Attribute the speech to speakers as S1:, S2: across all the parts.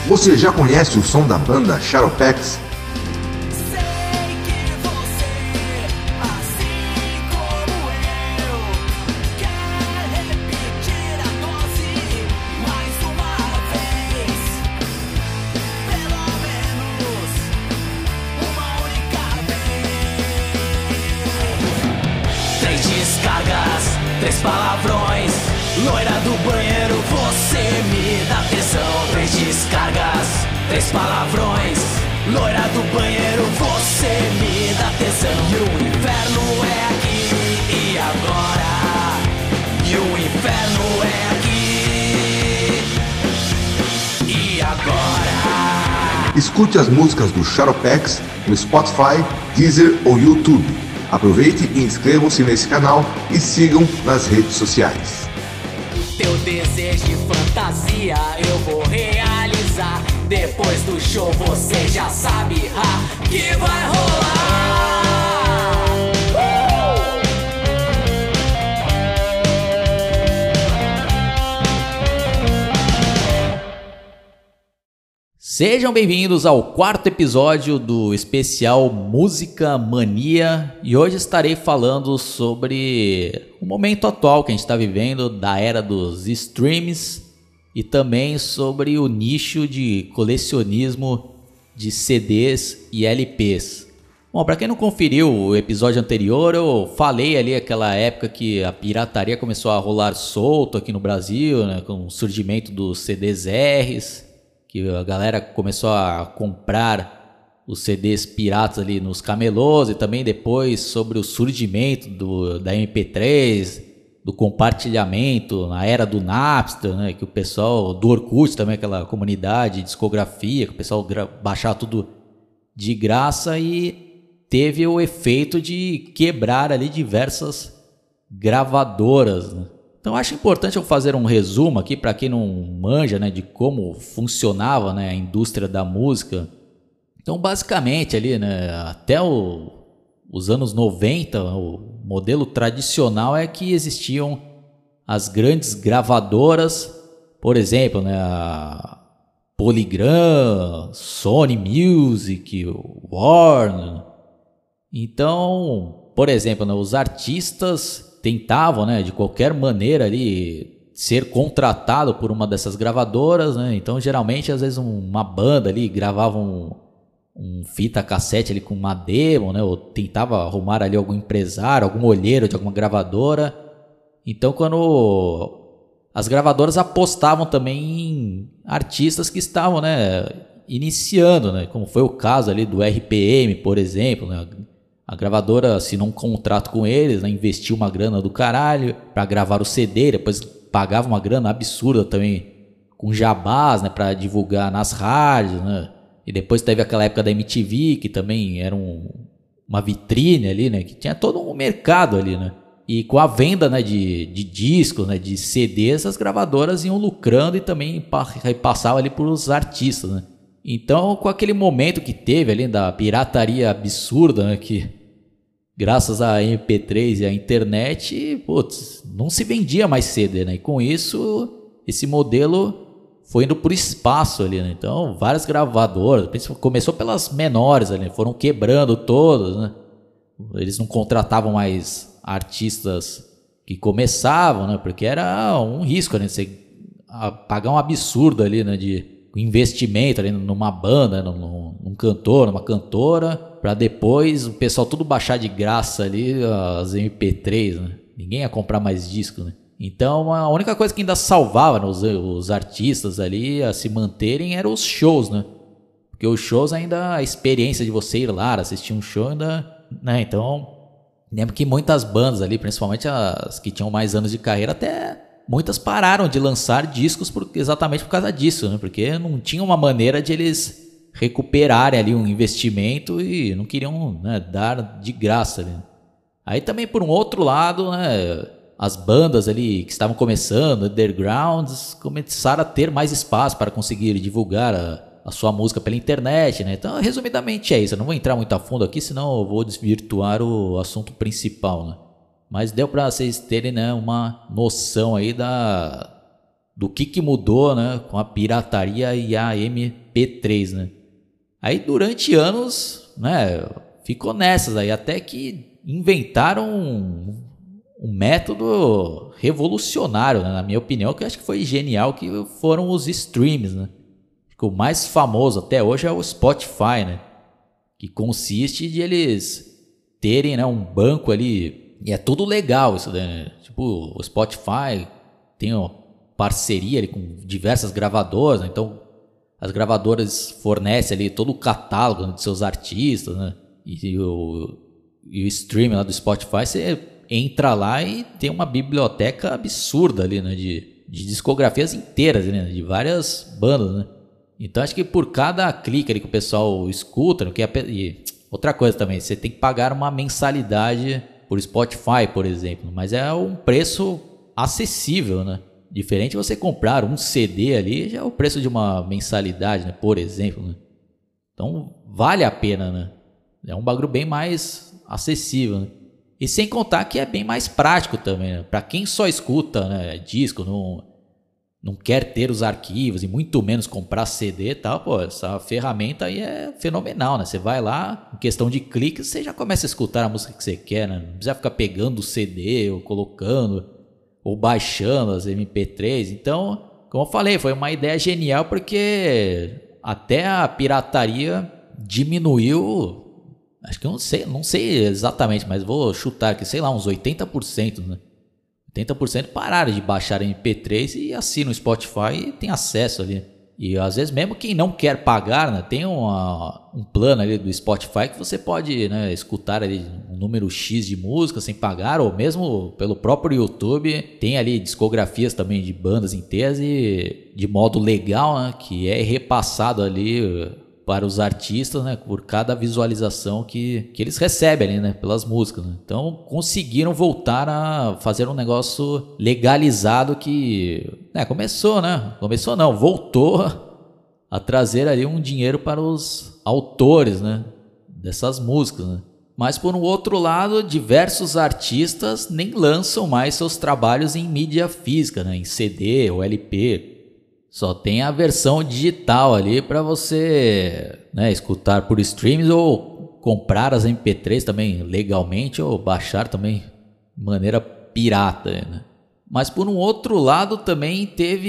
S1: Você já conhece o som da banda Shadowpex?
S2: Três palavrões, loira do banheiro, você me dá tesão. Três descargas, três palavrões, loira do banheiro, você me dá tesão. E o inferno é aqui e agora. E o inferno é aqui e agora.
S1: Escute as músicas do Shadowpex no Spotify, Deezer ou YouTube. Aproveite e inscrevam-se nesse canal e sigam nas redes sociais.
S2: Teu desejo de fantasia eu vou realizar. Depois do show você já sabe que vai rolar.
S3: Sejam bem-vindos ao quarto episódio do especial Música Mania, e hoje estarei falando sobre o momento atual que a gente está vivendo, da era dos streams, e também sobre o nicho de colecionismo de CDs e LPs. Bom, para quem não conferiu o episódio anterior, eu falei ali aquela época que a pirataria começou a rolar solto aqui no Brasil, né, com o surgimento dos CDs Rs, que a galera começou a comprar os CDs piratas ali nos camelôs, e também depois sobre o surgimento da MP3, do compartilhamento na era do Napster, né, que o pessoal do Orkut também, aquela comunidade de discografia, que o pessoal baixava tudo de graça, e teve o efeito de quebrar ali diversas gravadoras, né? Então acho importante eu fazer um resumo aqui para quem não manja, né, de como funcionava, né, a indústria da música. Então basicamente ali, né, até os anos 90, o modelo tradicional é que existiam as grandes gravadoras, por exemplo, né, a Polygram, Sony Music, Warner. Então, por exemplo, né, os artistas tentavam, né, de qualquer maneira ali ser contratado por uma dessas gravadoras, né? Então geralmente às vezes uma banda ali gravava um fita cassete ali com uma demo, né, ou tentava arrumar ali algum empresário, algum olheiro de alguma gravadora. Então quando as gravadoras apostavam também em artistas que estavam, né, iniciando, né, como foi o caso ali do RPM, por exemplo, né? A gravadora assinou um contrato com eles, né, investiu uma grana do caralho para gravar o CD, depois pagava uma grana absurda também com jabás, né, para divulgar nas rádios, né? E depois teve aquela época da MTV, que também era uma vitrine ali, né, que tinha todo um mercado ali, né? E com a venda, né, de discos, né, de CDs, as gravadoras iam lucrando e também repassavam ali para os artistas, né? Então, com aquele momento que teve ali da pirataria absurda, né, que graças à MP3 e à internet, putz, não se vendia mais CD, né? E com isso, esse modelo foi indo por espaço ali, né? Então, várias gravadoras, começou pelas menores ali, foram quebrando todas, né? Eles não contratavam mais artistas que começavam, né? Porque era um risco, né? Você pagar um absurdo ali, né, de investimento ali numa banda, num cantor, numa cantora, para depois o pessoal tudo baixar de graça ali as MP3, né? Ninguém ia comprar mais disco, né? Então a única coisa que ainda salvava, né, os artistas ali a se manterem eram os shows, né? Porque os shows ainda, a experiência de você ir lá assistir um show ainda, né? Então lembro que muitas bandas ali, principalmente as que tinham mais anos de carreira, até muitas pararam de lançar discos exatamente por causa disso, né? Porque não tinha uma maneira de eles recuperarem ali um investimento e não queriam, né, dar de graça ali. Aí também por um outro lado, né, as bandas ali que estavam começando, undergrounds, começaram a ter mais espaço para conseguir divulgar a sua música pela internet, né? Então, resumidamente é isso. Eu não vou entrar muito a fundo aqui, senão eu vou desvirtuar o assunto principal, né? Mas deu para vocês terem, né, uma noção aí do que mudou, né, com a pirataria e a MP3, né? Aí durante anos, né, ficou nessas aí, até que inventaram um método revolucionário, né, na minha opinião, que eu acho que foi genial, que foram os streams, né? O mais famoso até hoje é o Spotify, né? Que consiste de eles terem, né, um banco ali, e é tudo legal isso, né? Tipo, o Spotify tem uma parceria ali com diversas gravadoras, né? Então as gravadoras fornecem ali todo o catálogo, né, de seus artistas, né? E o streaming lá do Spotify, você entra lá e tem uma biblioteca absurda ali, né? De discografias inteiras, né? De várias bandas, né? Então acho que por cada clique ali que o pessoal escuta, né? E outra coisa também, você tem que pagar uma mensalidade por Spotify, por exemplo, mas é um preço acessível, né? Diferente de você comprar um CD ali, já é o preço de uma mensalidade, né? Por exemplo, né? Então vale a pena, né? É um bagulho bem mais acessível, né? E sem contar que é bem mais prático também, né? Para quem só escuta, né, disco, não quer ter os arquivos e muito menos comprar CD e tal, pô, essa ferramenta aí é fenomenal, né? Você vai lá, em questão de cliques, você já começa a escutar a música que você quer, né? Não precisa ficar pegando o CD ou colocando ou baixando as MP3. Então, como eu falei, foi uma ideia genial porque até a pirataria diminuiu, acho que eu não sei exatamente, mas vou chutar aqui, sei lá, uns 80%, né? 80% pararam de baixar MP3 e assinam o Spotify e tem acesso ali. E às vezes mesmo quem não quer pagar, né, tem um plano ali do Spotify que você pode, né, escutar ali um número X de música sem pagar, ou mesmo pelo próprio YouTube tem ali discografias também de bandas inteiras e de modo legal, né, que é repassado ali para os artistas, né, por cada visualização que eles recebem ali, né, pelas músicas, né? Então conseguiram voltar a fazer um negócio legalizado que, né, voltou a trazer ali um dinheiro para os autores, né, dessas músicas, né? Mas por um outro lado, diversos artistas nem lançam mais seus trabalhos em mídia física, né, em CD ou LP. Só tem a versão digital ali para você, né, escutar por streams ou comprar as MP3 também legalmente ou baixar também de maneira pirata, né? Mas por um outro lado também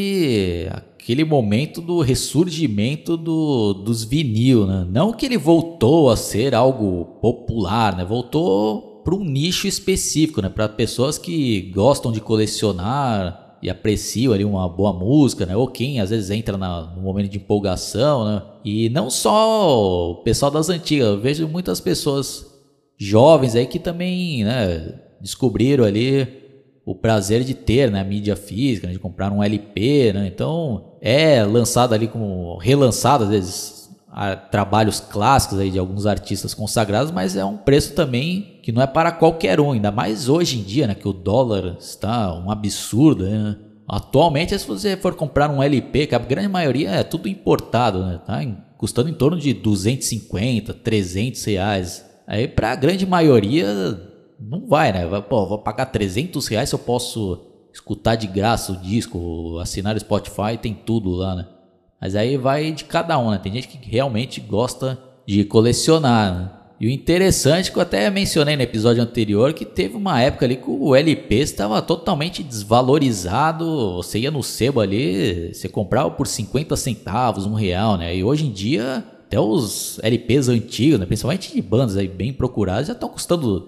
S3: teve aquele momento do ressurgimento dos vinil, né? Não que ele voltou a ser algo popular, né? Voltou para um nicho específico, né? Para pessoas que gostam de colecionar e apreciam ali uma boa música, né? Ou quem às vezes entra no momento de empolgação, né? E não só o pessoal das antigas, eu vejo muitas pessoas jovens aí que também, né, descobriram ali o prazer de ter, né, a mídia física, né, de comprar um LP, né? Então é lançado ali como relançado às vezes trabalhos clássicos aí de alguns artistas consagrados, mas é um preço também que não é para qualquer um, ainda mais hoje em dia, né, que o dólar está um absurdo, né? Atualmente, se você for comprar um LP, que a grande maioria é tudo importado, né, tá custando em torno de 250, 300 reais. Aí para a grande maioria não vai, né? Vou pagar 300 reais se eu posso escutar de graça o disco, assinar o Spotify, tem tudo lá, né? Mas aí vai de cada um, né? Tem gente que realmente gosta de colecionar, né? E o interessante que eu até mencionei no episódio anterior, que teve uma época ali que o LP estava totalmente desvalorizado. Você ia no sebo ali, você comprava por 50 centavos, R$1, né? E hoje em dia, até os LPs antigos, né, principalmente de bandas aí bem procuradas, já estão custando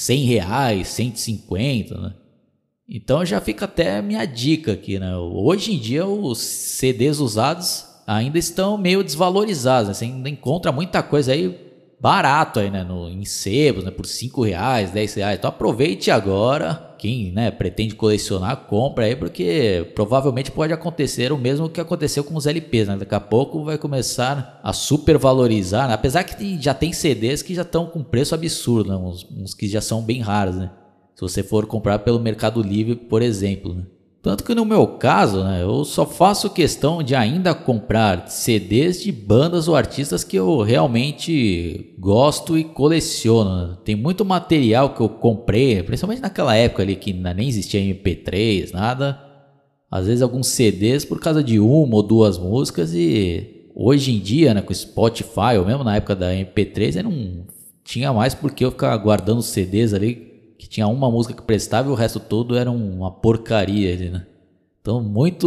S3: R$100, 150, né? Então já fica até a minha dica aqui, né? Hoje em dia os CDs usados ainda estão meio desvalorizados, né? Você ainda encontra muita coisa aí barato aí, né, em sebos, né, por R$5, R$10. Então aproveite agora, quem, né, pretende colecionar, compra aí, porque provavelmente pode acontecer o mesmo que aconteceu com os LPs, né? Daqui a pouco vai começar a supervalorizar, né? Apesar que já tem CDs que já estão com preço absurdo, né? Uns que já são bem raros, né? Se você for comprar pelo Mercado Livre, por exemplo, né? Tanto que no meu caso, né, eu só faço questão de ainda comprar CDs de bandas ou artistas que eu realmente gosto e coleciono, né? Tem muito material que eu comprei, principalmente naquela época ali que nem existia MP3, nada. às vezes alguns CDs por causa de uma ou duas músicas, e hoje em dia, né, com Spotify, ou mesmo na época da MP3, eu não tinha mais porque eu ficava guardando os CDs ali, que tinha uma música que prestava e o resto todo era uma porcaria ali, né? Então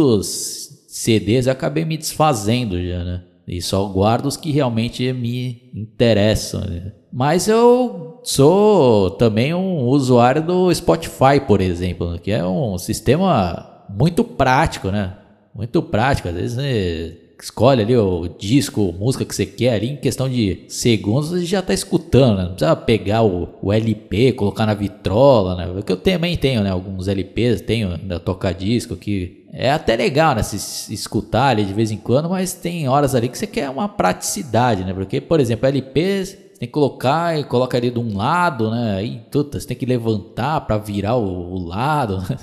S3: muitos CDs eu acabei me desfazendo já, né? E só guardo os que realmente me interessam, né? Mas eu sou também um usuário do Spotify, por exemplo, que é um sistema muito prático, né? Muito prático. Às vezes você escolhe ali o disco, música que você quer ali, em questão de segundos você já tá escutando, né? Não precisa pegar o LP, colocar na vitrola, né? Porque eu também tenho, né, alguns LPs, tenho ainda toca-disco que é até legal, né, se escutar ali de vez em quando, mas tem horas ali que você quer uma praticidade, né? Porque, por exemplo, LP você tem que colocar e coloca ali de um lado, né? Aí você tem que levantar para virar o lado, né?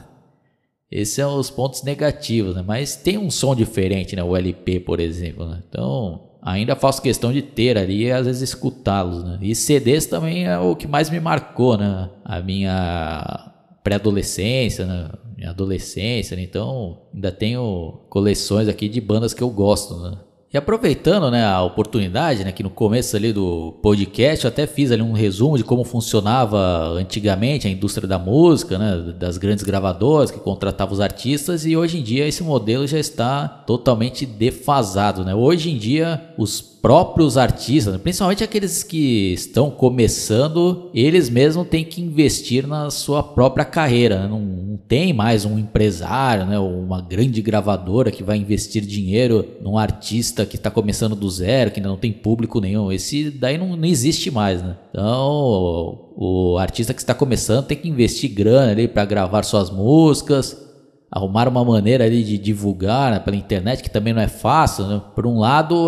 S3: Esses são os pontos negativos, né? Mas tem um som diferente, né? O LP, por exemplo, né? Então, ainda faço questão de ter ali e às vezes escutá-los, né? E CDs também é o que mais me marcou, né? A minha pré-adolescência, né? Minha adolescência, né? Então ainda tenho coleções aqui de bandas que eu gosto, né? E aproveitando, né, a oportunidade, né, que no começo ali do podcast eu até fiz ali um resumo de como funcionava antigamente a indústria da música, né, das grandes gravadoras que contratavam os artistas, e hoje em dia esse modelo já está totalmente defasado, né? Hoje em dia os próprios artistas, né, principalmente aqueles que estão começando, eles mesmos têm que investir na sua própria carreira, né? Não tem mais um empresário, né, ou uma grande gravadora que vai investir dinheiro num artista que está começando do zero, que ainda não tem público nenhum. Esse daí não existe mais, né? Então o artista que está começando tem que investir grana ali para gravar suas músicas, arrumar uma maneira ali de divulgar, né, pela internet, que também não é fácil, né? Por um lado,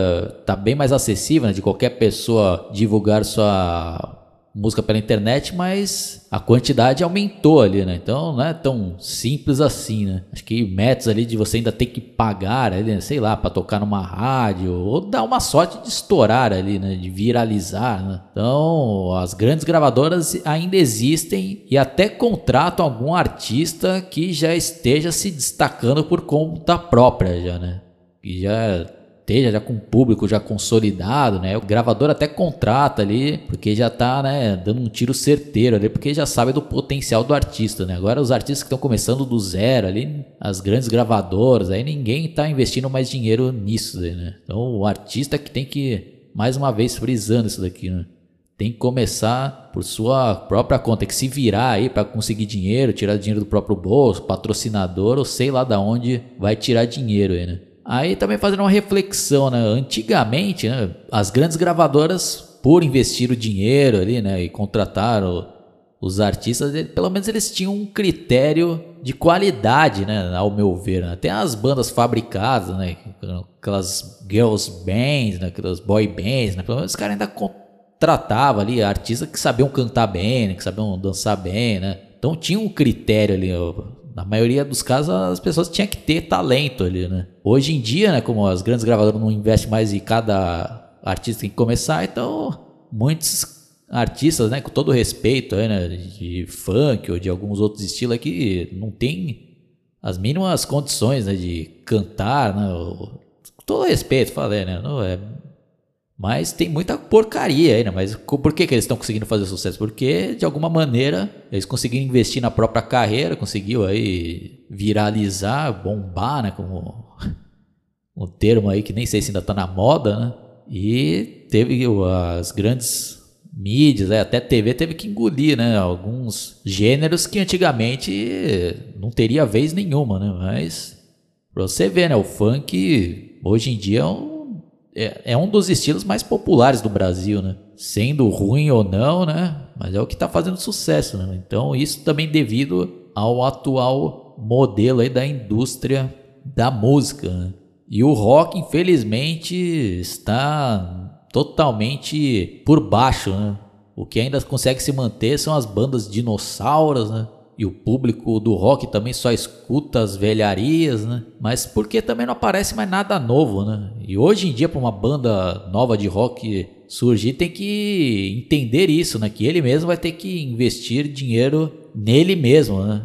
S3: tá bem mais acessível, né, de qualquer pessoa divulgar sua música pela internet, mas a quantidade aumentou ali, né? Então não é tão simples assim, né? Acho que métodos ali de você ainda ter que pagar ali, né, sei lá, para tocar numa rádio, ou dar uma sorte de estourar ali, né, de viralizar, né? Então as grandes gravadoras ainda existem e até contratam algum artista que já esteja se destacando por conta própria já, né? Que já esteja com o público já consolidado, né? O gravador até contrata ali, porque já tá, né, dando um tiro certeiro ali, porque já sabe do potencial do artista, né? Agora os artistas que estão começando do zero ali, as grandes gravadoras, aí ninguém tá investindo mais dinheiro nisso, né? Então o artista que tem que, mais uma vez frisando isso daqui, né, tem que começar por sua própria conta, tem que se virar aí para conseguir dinheiro, tirar dinheiro do próprio bolso, patrocinador, ou sei lá da onde vai tirar dinheiro aí, né? Aí também fazendo uma reflexão, né? Antigamente, né, as grandes gravadoras, por investir o dinheiro ali, né, e contratar os artistas, pelo menos eles tinham um critério de qualidade, né, ao meu ver, né? Até as bandas fabricadas, né, aquelas girls bands, né, aquelas boy bands, né, pelo menos os caras ainda contratavam ali artistas que sabiam cantar bem, né, que sabiam dançar bem, né? Então tinha um critério ali, na maioria dos casos as pessoas tinham que ter talento ali, né? Hoje em dia, né, como as grandes gravadoras não investem mais e cada artista tem que começar, então muitos artistas, né, com todo respeito aí, né, de funk ou de alguns outros estilos aqui, não tem as mínimas condições, né, de cantar, né? Com todo respeito, falei, né? Não é. Mas tem muita porcaria aí, né? Mas por que eles estão conseguindo fazer sucesso? Porque, de alguma maneira, eles conseguiram investir na própria carreira, conseguiu aí viralizar, bombar, né? Como um termo aí que nem sei se ainda tá na moda, né? E teve as grandes mídias, até TV teve que engolir, né? Alguns gêneros que antigamente não teria vez nenhuma, né? Mas, pra você ver, né? O funk, hoje em dia, é um dos estilos mais populares do Brasil, né? Sendo ruim ou não, né? Mas é o que está fazendo sucesso, né? Então isso também devido ao atual modelo aí da indústria da música, né? E o rock, infelizmente, está totalmente por baixo, né? O que ainda consegue se manter são as bandas dinossauros, né? E o público do rock também só escuta as velharias, né? Mas porque também não aparece mais nada novo, né? E hoje em dia, para uma banda nova de rock surgir, tem que entender isso, né? Que ele mesmo vai ter que investir dinheiro nele mesmo, né?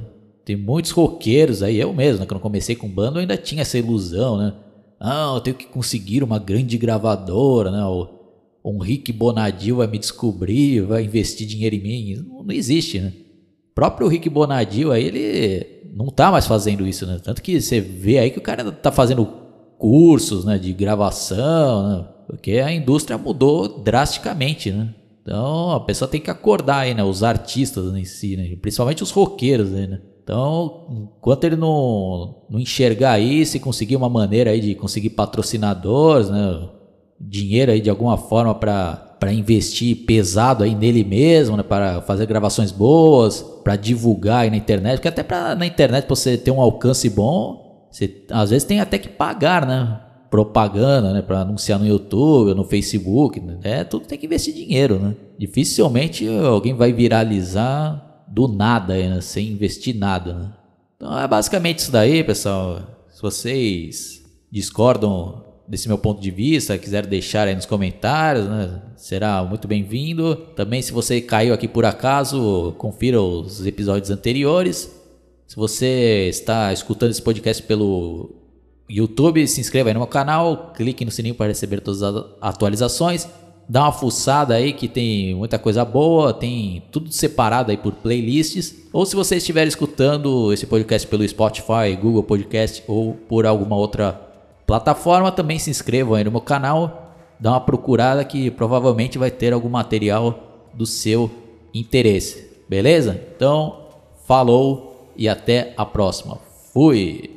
S3: Tem muitos roqueiros aí, eu mesmo, né? Quando eu comecei com banda, eu ainda tinha essa ilusão, né? Ah, eu tenho que conseguir uma grande gravadora, né? Um Rick Bonadio vai me descobrir, vai investir dinheiro em mim. Não existe, né? O próprio Rick Bonadio aí, ele não tá mais fazendo isso, né? Tanto que você vê aí que o cara tá fazendo cursos, né, de gravação, né? Porque a indústria mudou drasticamente, né? Então a pessoa tem que acordar aí, né? Os artistas em si, né? Principalmente os roqueiros aí, né? Então, enquanto ele não enxergar isso e conseguir uma maneira aí de conseguir patrocinadores, né? Dinheiro aí de alguma forma para investir pesado aí nele mesmo, né? Para fazer gravações boas, para divulgar aí na internet, porque até na internet pra você ter um alcance bom, você às vezes tem até que pagar, né? Propaganda, né? Para anunciar no YouTube, no Facebook, né? Tudo tem que investir dinheiro, né? Dificilmente alguém vai viralizar do nada aí, né? Sem investir nada, né? Então é basicamente isso daí, pessoal. Se vocês discordam desse meu ponto de vista, quiser deixar aí nos comentários, né? Será muito bem-vindo. Também, se você caiu aqui por acaso, confira os episódios anteriores. Se você está escutando esse podcast pelo YouTube, se inscreva aí no meu canal, clique no sininho para receber todas as atualizações. Dá uma fuçada aí que tem muita coisa boa, tem tudo separado aí por playlists. Ou se você estiver escutando esse podcast pelo Spotify, Google Podcast ou por alguma outra plataforma, também se inscrevam aí no meu canal, dá uma procurada que provavelmente vai ter algum material do seu interesse, beleza? Então, falou e até a próxima. Fui!